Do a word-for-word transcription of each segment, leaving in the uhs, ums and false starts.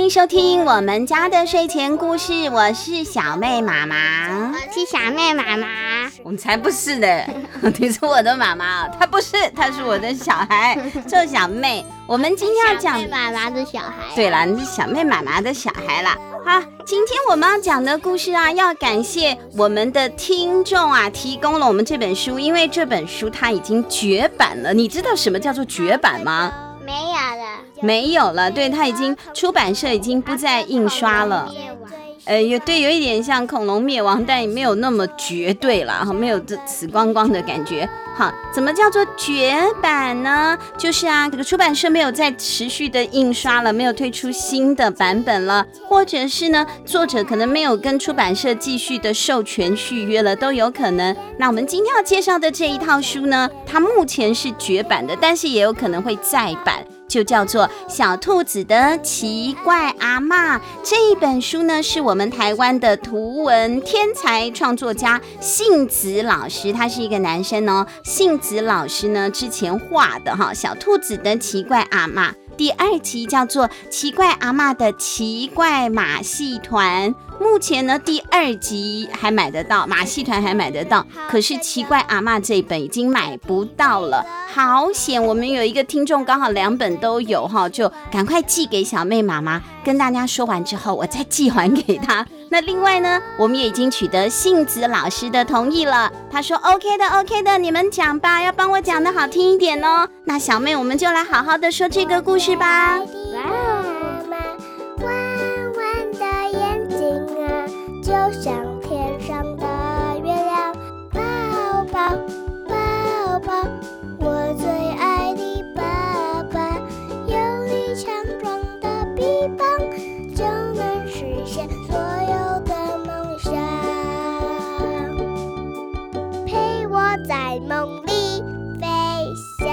迎收听我们家的睡前故事，我是小妹妈妈。 我是小妹妈妈。 我才不是的，你是我的妈妈，她不是，她是我的小孩，叫小妹。我们今天要讲小妹妈妈的小孩、啊。 对啦，你是小妹妈妈的小孩啦。好，今天我们要讲的故事啊，要感谢我们的听众啊，提供了我们这本书，因为这本书它已经绝版了。你知道什么叫做绝版吗？ 没有了， 没有了，对，它已经出版社已经不再印刷了。呃，有对，有一点像恐龙灭亡，但也没有那么绝对啦，没有这死光光的感觉。好，怎么叫做绝版呢？就是啊，这个出版社没有再持续的印刷了，没有推出新的版本了，或者是呢，作者可能没有跟出版社继续的授权续约了，都有可能。那我们今天要介绍的这一套书呢，它目前是绝版的，但是也有可能会再版。就叫做小兔子的奇怪阿嬷。这一本书呢，是我们台湾的图文天才创作家信子老师，他是一个男生哦。信子老师呢之前画的哈小兔子的奇怪阿嬷，第二集叫做奇怪阿嬷的奇怪马戏团。目前呢，第二集还买得到，马戏团还买得到，可是奇怪阿嬷这一本已经买不到了，好险！我们有一个听众刚好两本都有哈，就赶快寄给小妹妈妈。跟大家说完之后，我再寄还给她。那另外呢，我们也已经取得信子老师的同意了，他说 OK 的 OK 的，你们讲吧，要帮我讲的好听一点哦。那小妹，我们就来好好的说这个故事吧。 就像天上的月亮，抱抱抱抱，我最爱的爸爸，有力强壮的臂膀，就能实现所有的梦想，陪我在梦里飞翔。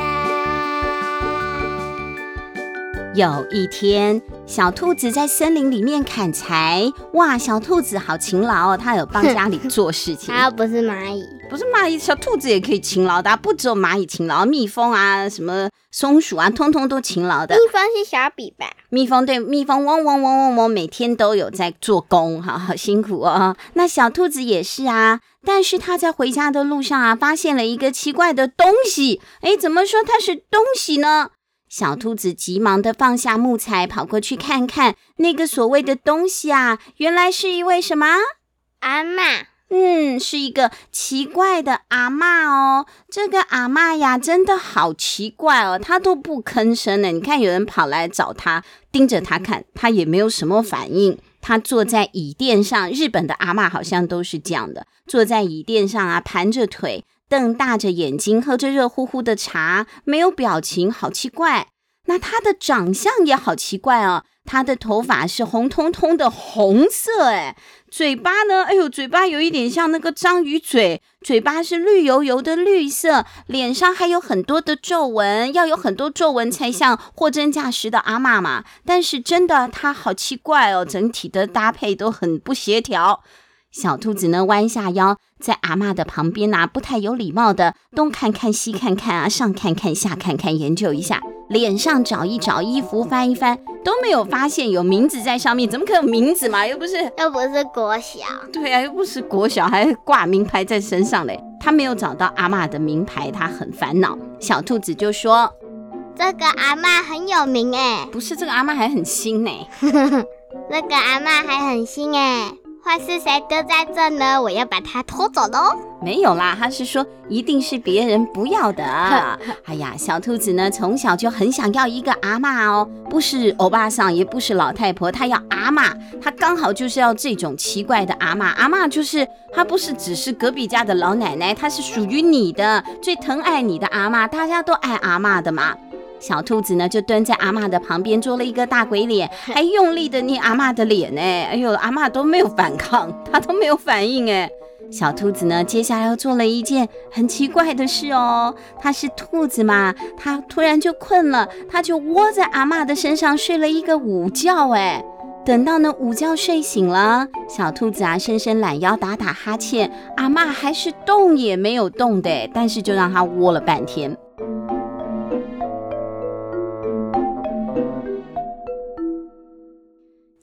有一天，小兔子在森林里面砍柴。哇，小兔子好勤劳哦，它有帮家里做事情。 它不是蚂蚁， 不是蚂蚁，小兔子也可以勤劳的，不只有蚂蚁勤劳，蜜蜂啊、什么松鼠啊，通通都勤劳的。 蜜蜂是小比吧？ 蜜蜂对，蜜蜂嗡嗡嗡嗡嗡，每天都有在做工，好好辛苦哦。那小兔子也是啊，但是它在回家的路上啊，发现了一个奇怪的东西。哎，怎么说它是东西呢？小兔子急忙的放下木材，跑过去看看那个所谓的东西啊，原来是一位什么阿嬷。 嗯，是一个奇怪的阿嬷哦。这个阿嬷呀，真的好奇怪哦，她都不吭声呢。你看，有人跑来找她，盯着她看，她也没有什么反应。她坐在椅垫上，日本的阿嬷好像都是这样的，坐在椅垫上啊，盘着腿，瞪大着眼睛，喝着热乎乎的茶，没有表情，好奇怪。那她的长相也好奇怪哦，她的头发是红彤彤的红色，哎，嘴巴呢，哎呦，嘴巴有一点像那个章鱼嘴，嘴巴是绿油油的绿色，脸上还有很多的皱纹，要有很多皱纹才像货真价实的阿嬷嘛。但是真的，她好奇怪哦，整体的搭配都很不协调。小兔子呢，弯下腰，在阿嬷的旁边啊，不太有礼貌的东看看西看看啊，上看看下看看，研究一下，脸上找一找，衣服翻一翻，都没有发现有名字在上面。怎么可能有名字嘛？又不是又不是国小。 对啊，又不是国小，还挂名牌在身上嘞。他没有找到阿嬷的名牌，他很烦恼。小兔子就说：“ 这个阿嬷很有名哎。” 不是，这个阿嬷还很新呢。 这个阿嬷还很新哎。会是谁丢在这呢？我要把它偷走喽！ 没有啦，他是说一定是别人不要的。哎呀，小兔子呢，从小就很想要一个阿嬷哦，不是欧巴桑，也不是老太婆，他要阿嬷，他刚好就是要这种奇怪的阿嬷。阿嬷就是他不是只是隔壁家的老奶奶，他是属于你的，最疼爱你的阿嬷，大家都爱阿嬷的嘛。小兔子呢，就蹲在阿嬷的旁边，做了一个大鬼脸，还用力的捏阿嬷的脸呢。哎呦，阿嬷都没有反抗，她都没有反应哎。小兔子呢，接下来又做了一件很奇怪的事哦。它是兔子嘛，它突然就困了，它就窝在阿嬷的身上睡了一个午觉哎。等到呢午觉睡醒了，小兔子啊伸伸懒腰，打打哈欠，阿嬷还是动也没有动的，但是就让它窝了半天。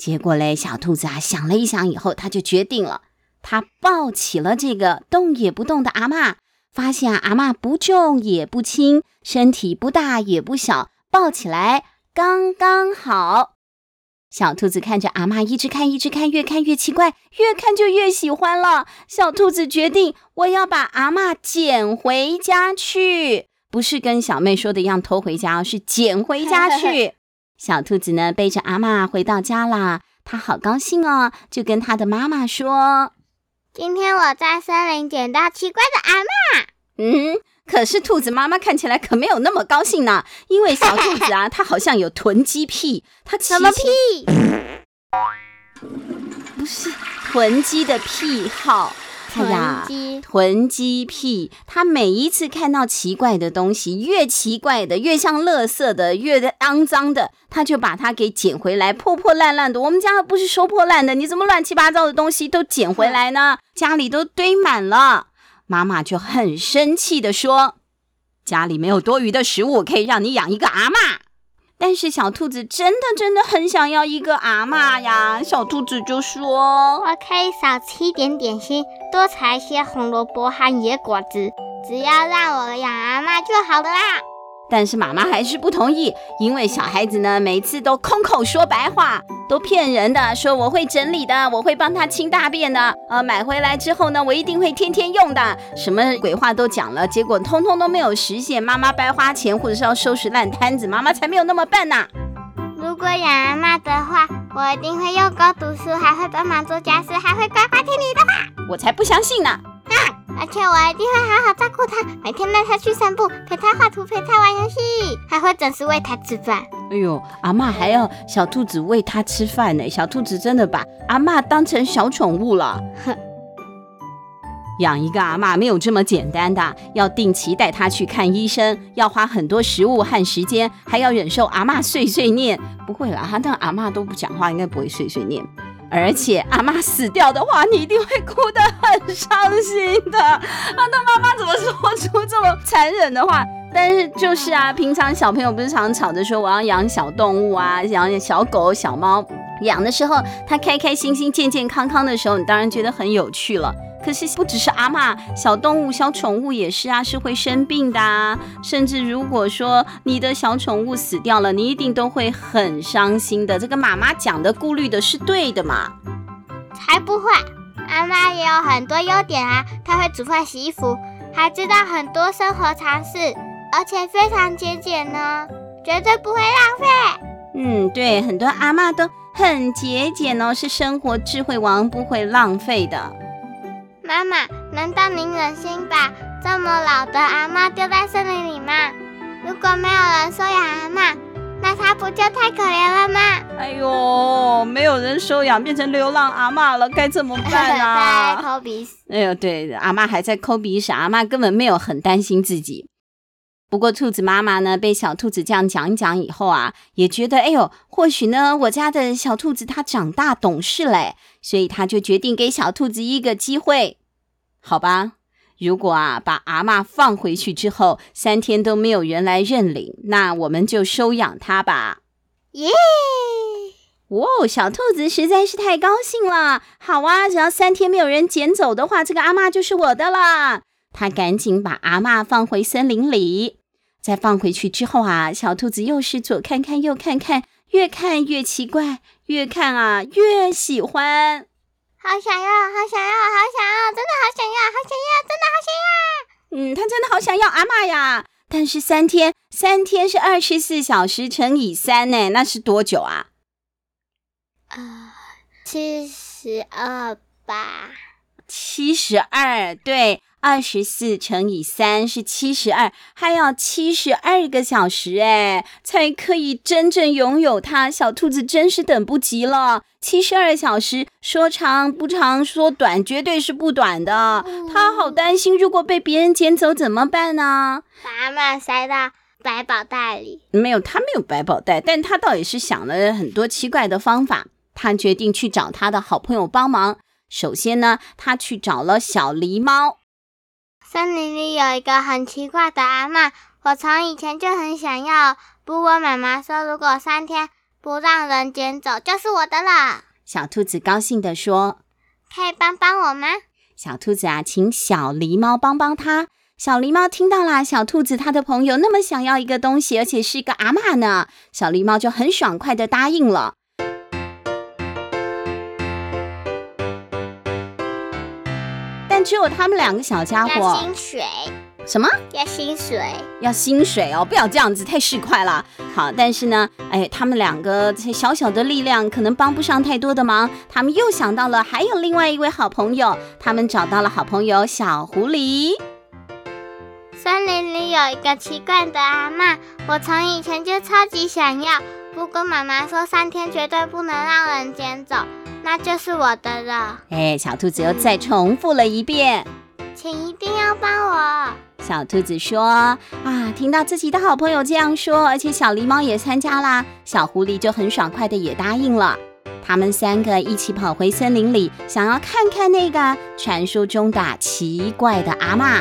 结果嘞，小兔子啊想了一想以后，他就决定了，他抱起了这个动也不动的阿嬷，发现啊阿嬷不重也不轻，身体不大也不小，抱起来刚刚好。小兔子看着阿嬷一直看一直看，越看越奇怪，越看就越喜欢了。小兔子决定，我要把阿嬷捡回家去，不是跟小妹说的一样偷回家，是捡回家去。小兔子呢背着阿嬷回到家啦，它好高兴哦，就跟它的妈妈说， 今天我在森林捡到奇怪的阿嬷。 嗯，可是兔子妈妈看起来可没有那么高兴呢，因为小兔子啊，它好像有囤积癖。它什么癖？ 不是囤积的癖好。哎呀，囤积癖，他每一次看到奇怪的东西，越奇怪的，越像垃圾的，越肮脏的，他就把它给捡回来，破破烂烂的。我们家不是收破烂的，你怎么乱七八糟的东西都捡回来呢？家里都堆满了。妈妈就很生气的说，家里没有多余的食物可以让你养一个阿嬷。但是小兔子真的真的很想要一个阿嬷呀，小兔子就说， 我可以少吃一点点心，多采一些红萝卜和野果子，只要让我养阿嬷就好了啦。 但是妈妈还是不同意，因为小孩子呢每次都空口说白话，都骗人的，说我会整理的，我会帮他清大便的，呃，买回来之后呢我一定会天天用的，什么鬼话都讲了，结果通通都没有实现。妈妈白花钱或者是要收拾烂摊子，妈妈才没有那么笨啊。 如果养阿嬷的话，我一定会用功读书，还会帮忙做家事，还会乖乖听你的话。 我才不相信呢。 啊！而且我一定会好好照顾他，每天带他去散步，陪他画图，陪他玩游戏，还会准时喂他吃饭。 哎呦，阿嬷还要小兔子喂他吃饭呢，小兔子真的把阿嬷当成小宠物了。养一个阿嬷没有这么简单的，要定期带她去看医生，要花很多食物和时间，还要忍受阿嬷碎碎念。不会啦，他那阿嬷都不讲话，应该不会碎碎念。而且阿嬷死掉的话，你一定会哭得很伤心的。啊，那妈妈怎么说出这么残忍的话？但是就是啊，平常小朋友不是常吵着说我要养小动物啊，养小狗、小猫，养的时候它开开心心、健健康康的时候，你当然觉得很有趣了。可是不只是阿嬷，小动物、小宠物也是啊，是会生病的啊。甚至如果说你的小宠物死掉了，你一定都会很伤心的。这个妈妈讲的、顾虑的是对的嘛？ 才不会，阿嬷也有很多优点啊，她会煮饭、洗衣服，还知道很多生活常识，而且非常节俭呢，绝对不会浪费。 嗯，对，很多阿嬷都很节俭哦，是生活智慧王，不会浪费的。 妈妈，难道您忍心把这么老的阿嬷丢在森林里吗？如果没有人收养阿嬷，那她不就太可怜了吗？ 哎呦，没有人收养，变成流浪阿嬷了，该怎么办啊？ 在抠鼻屎。 哎呦，对，阿嬷还在抠鼻屎，阿嬷根本没有很担心自己。不过兔子妈妈呢，被小兔子这样讲一讲以后啊，也觉得哎呦，或许呢我家的小兔子它长大懂事嘞，所以他就决定给小兔子一个机会。好吧，如果啊把阿嬷放回去之后，三天都没有人来认领，那我们就收养它吧。 耶！ 哇，小兔子实在是太高兴了。好啊，只要三天没有人捡走的话，这个阿嬷就是我的了。他赶紧把阿嬷放回森林里。再放回去之后啊，小兔子又是左看看右看看，越看越奇怪，越看啊越喜欢。 好想要，好想要，好想要，真的好想要，好想要，真的好想要。 嗯，他真的好想要阿嬷呀。但是三天，三天是二十四小时乘以三呢，那是多久啊？ 呃，七十二吧。 七十二，对。二十四乘以三是七十二，还要七十二个小时哎，才可以真正拥有它。小兔子真是等不及了。七十二小时，说长不长，说短绝对是不短的。它好担心，如果被别人捡走怎么办呢？ 把阿嬷塞到百宝袋里。 没有，他没有百宝袋，但他倒也是想了很多奇怪的方法。他决定去找他的好朋友帮忙。首先呢，他去找了小狸猫。 森林里有一个很奇怪的阿嬷，我从以前就很想要。不过妈妈说，如果三天不让人捡走，就是我的了。 小兔子高兴地说。 可以帮帮我吗？ 小兔子啊，请小狸猫帮帮他。小狸猫听到啦，小兔子他的朋友那么想要一个东西，而且是一个阿嬷呢，小狸猫就很爽快的答应了。但只有他们两个小家伙要薪水。 什么？ 要薪水？ 要薪水哦！不要这样子，太市侩了。好，但是呢，哎，他们两个小小的力量可能帮不上太多的忙。他们又想到了还有另外一位好朋友，他们找到了好朋友小狐狸。 森林里有一个奇怪的阿嬷，我从以前就超级想要，不过妈妈说三天绝对不能让人捡走，那就是我的了。 哎，小兔子又再重复了一遍， 请一定要帮我。 小兔子说啊，听到自己的好朋友这样说，而且小狸猫也参加啦，小狐狸就很爽快的也答应了。他们三个一起跑回森林里，想要看看那个传说中的奇怪的阿嬷。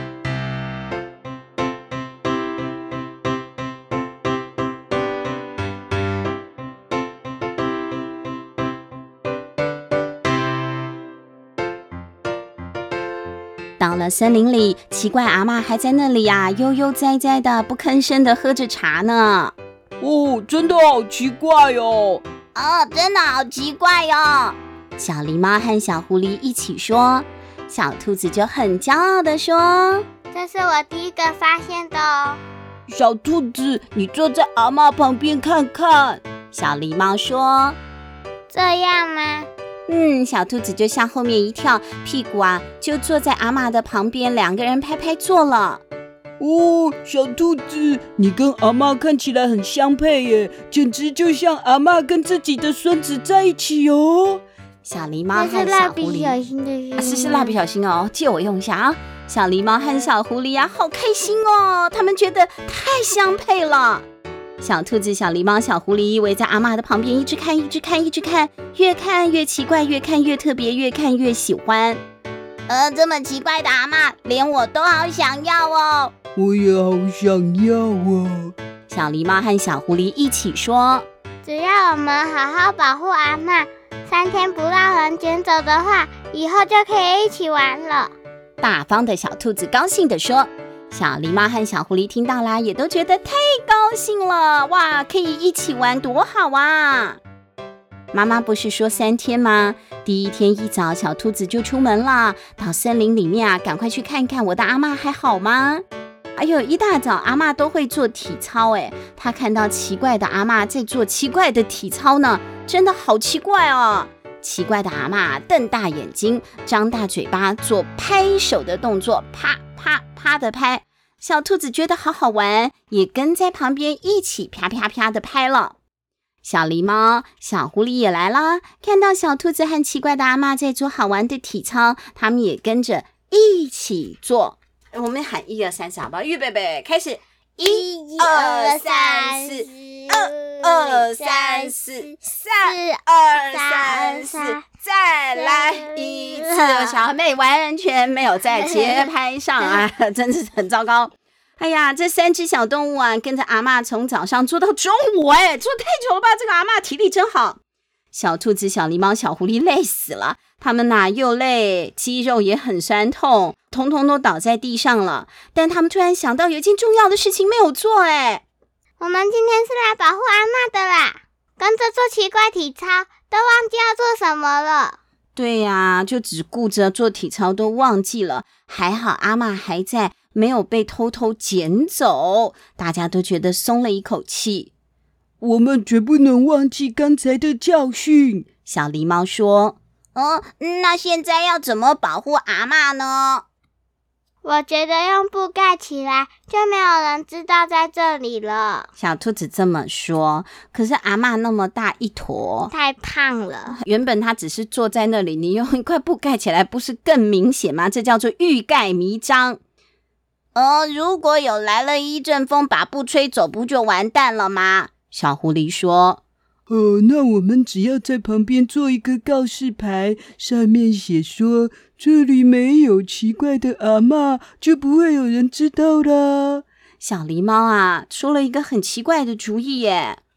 到了森林里，奇怪阿嬷还在那里啊，悠悠哉哉的不吭声的喝着茶呢。 哦，真的好奇怪哦！ 哦，真的好奇怪哦！小狸猫和小狐狸一起说，小兔子就很骄傲的说：“ 这是我第一个发现的哦。” 小兔子，你坐在阿嬷旁边看看。 小狸猫说：“ 这样吗？” 嗯，小兔子就向后面一跳，屁股啊就坐在阿嬷的旁边，两个人拍拍坐了。 哦，小兔子，你跟阿嬷看起来很相配耶，简直就像阿嬷跟自己的孙子在一起哦。 小狸猫和小狐狸， 小心的啊，是是蜡笔小新哦，借我用一下啊。小狸猫和小狐狸啊，好开心哦，他们觉得太相配了。小兔子、小狸猫、小狐狸围在阿嬷的旁边，一直看，一直看，一直看，越看越奇怪，越看越特别，越看越喜欢。呃，这么奇怪的阿嬷，连我都好想要哦。 我也好想要哦。 小狸猫和小狐狸一起说：“ 只要我们好好保护阿嬷，三天不让人捡走的话，以后就可以一起玩了。” 大方的小兔子高兴地说。小狸猫和小狐狸听到啦，也都觉得太高兴了，哇，可以一起玩多好啊！妈妈不是说三天吗？第一天一早，小兔子就出门了，到森林里面啊，赶快去看看我的阿嬷还好吗？哎呦，一大早阿嬷都会做体操，哎，她看到奇怪的阿嬷在做奇怪的体操呢，真的好奇怪哦！奇怪的阿嬷瞪大眼睛，张大嘴巴，做拍手的动作，啪啪啪的拍。小兔子觉得好好玩，也跟在旁边一起啪啪啪的拍了。小狸猫、小狐狸也来啦，看到小兔子和奇怪的阿嬷在做好玩的体操，他们也跟着一起做。我们喊一二三四，好不好？预备备，开始！一二三四，二二三四，三二三四，再来一次。小妹完全没有在节拍上啊，真是很糟糕。哎呀，这三只小动物啊，跟着阿嬷从早上做到中午，哎，做太久了吧？这个阿嬷体力真好。小兔子、小狸猫、小狐狸累死了，他们呐又累，肌肉也很酸痛，通通都倒在地上了。但他们突然想到有一件重要的事情没有做，哎， 我们今天是来保护阿嬷的啦，跟着做奇怪体操，都忘记要做什么了。 对呀、啊，就只顾着做体操都忘记了，还好阿嬷还在，没有被偷偷捡走，大家都觉得松了一口气。 我们绝不能忘记刚才的教训， 小狸猫说。哦，那现在要怎么保护阿嬷呢？ 我觉得用布盖起来，就没有人知道在这里了。 小兔子这么说，可是阿嬷那么大一坨， 太胖了。 原本她只是坐在那里，你用一块布盖起来，不是更明显吗？这叫做欲盖弥彰。呃，如果有来了一阵风，把布吹走，不就完蛋了吗？小狐狸说。 哦，那我们只要在旁边做一个告示牌，上面写说这里没有奇怪的阿嬷，就不会有人知道啦。 小狸猫啊，出了一个很奇怪的主意耶。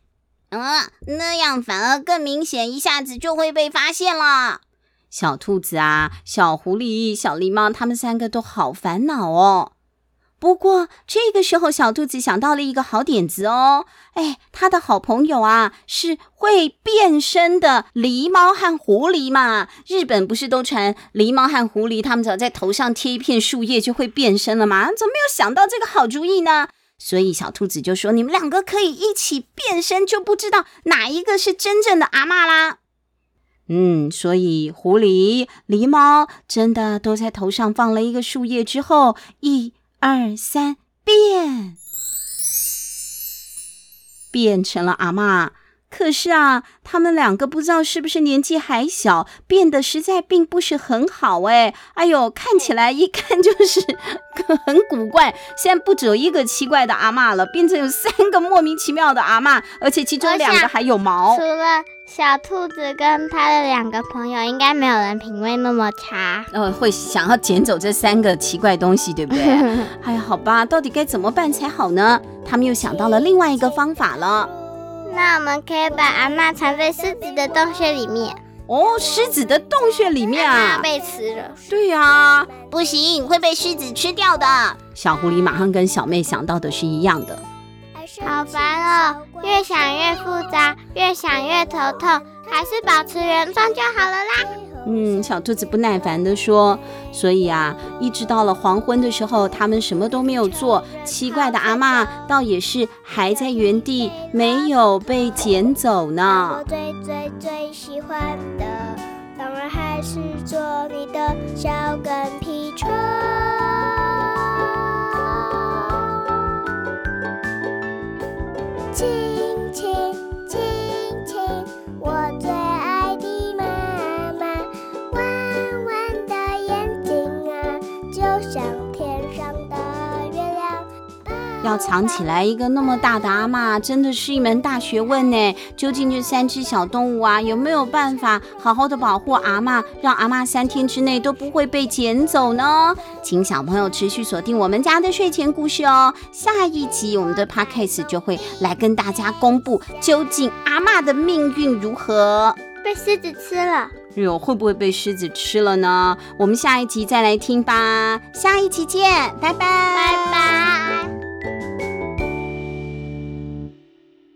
嗯，那样反而更明显，一下子就会被发现了。小兔子啊，小狐狸、小狸猫，他们三个都好烦恼哦。不过这个时候，小兔子想到了一个好点子哦。哎，他的好朋友啊，是会变身的狸猫和狐狸嘛。日本不是都传狸猫和狐狸，他们只要在头上贴一片树叶就会变身了吗？怎么没有想到这个好主意呢？所以小兔子就说，你们两个可以一起变身，就不知道哪一个是真正的阿嬷啦。嗯，所以狐狸、狸猫真的都在头上放了一个树叶之后，一二三，变，变成了阿嬷。可是啊，他们两个不知道是不是年纪还小，变得实在并不是很好哎。哎呦，看起来一看就是很古怪。现在不只有一个奇怪的阿嬷了，变成有三个莫名其妙的阿嬷，而且其中两个还有毛。 除了小兔子跟他的两个朋友，应该没有人品味那么差。 呃，会想要捡走这三个奇怪东西，对不对？哎呀，好吧，到底该怎么办才好呢？他们又想到了另外一个方法了。 那我们可以把阿嬷藏在狮子的洞穴里面。 哦，狮子的洞穴里面啊， 阿嬷被吃了。 对啊，不行，会被狮子吃掉的。小狐狸马上跟小妹想到的是一样的。 好烦哦，越想越复杂，越想越头痛，还是保持原状就好了啦。 嗯，小兔子不耐烦地说，所以啊，一直到了黄昏的时候，他们什么都没有做。奇怪的阿嬷倒也是还在原地，没有被捡走呢。 我最最最喜欢的，当然还是做你的小跟屁虫。亲亲亲亲，我最爱的妈妈，弯弯的眼睛啊，就像天上的月亮。 要藏起来一个那么大的阿嬷，真的是一门大学问呢。究竟这三只小动物啊，有没有办法好好的保护阿嬷，让阿嬷三天之内都不会被捡走呢？请小朋友持续锁定我们家的睡前故事哦。下一集我们的 Podcast 就会来跟大家公布，究竟阿嬷的命运如何？ 被狮子吃了。 哟，会不会被狮子吃了呢？我们下一集再来听吧。下一集见，拜拜， 拜拜。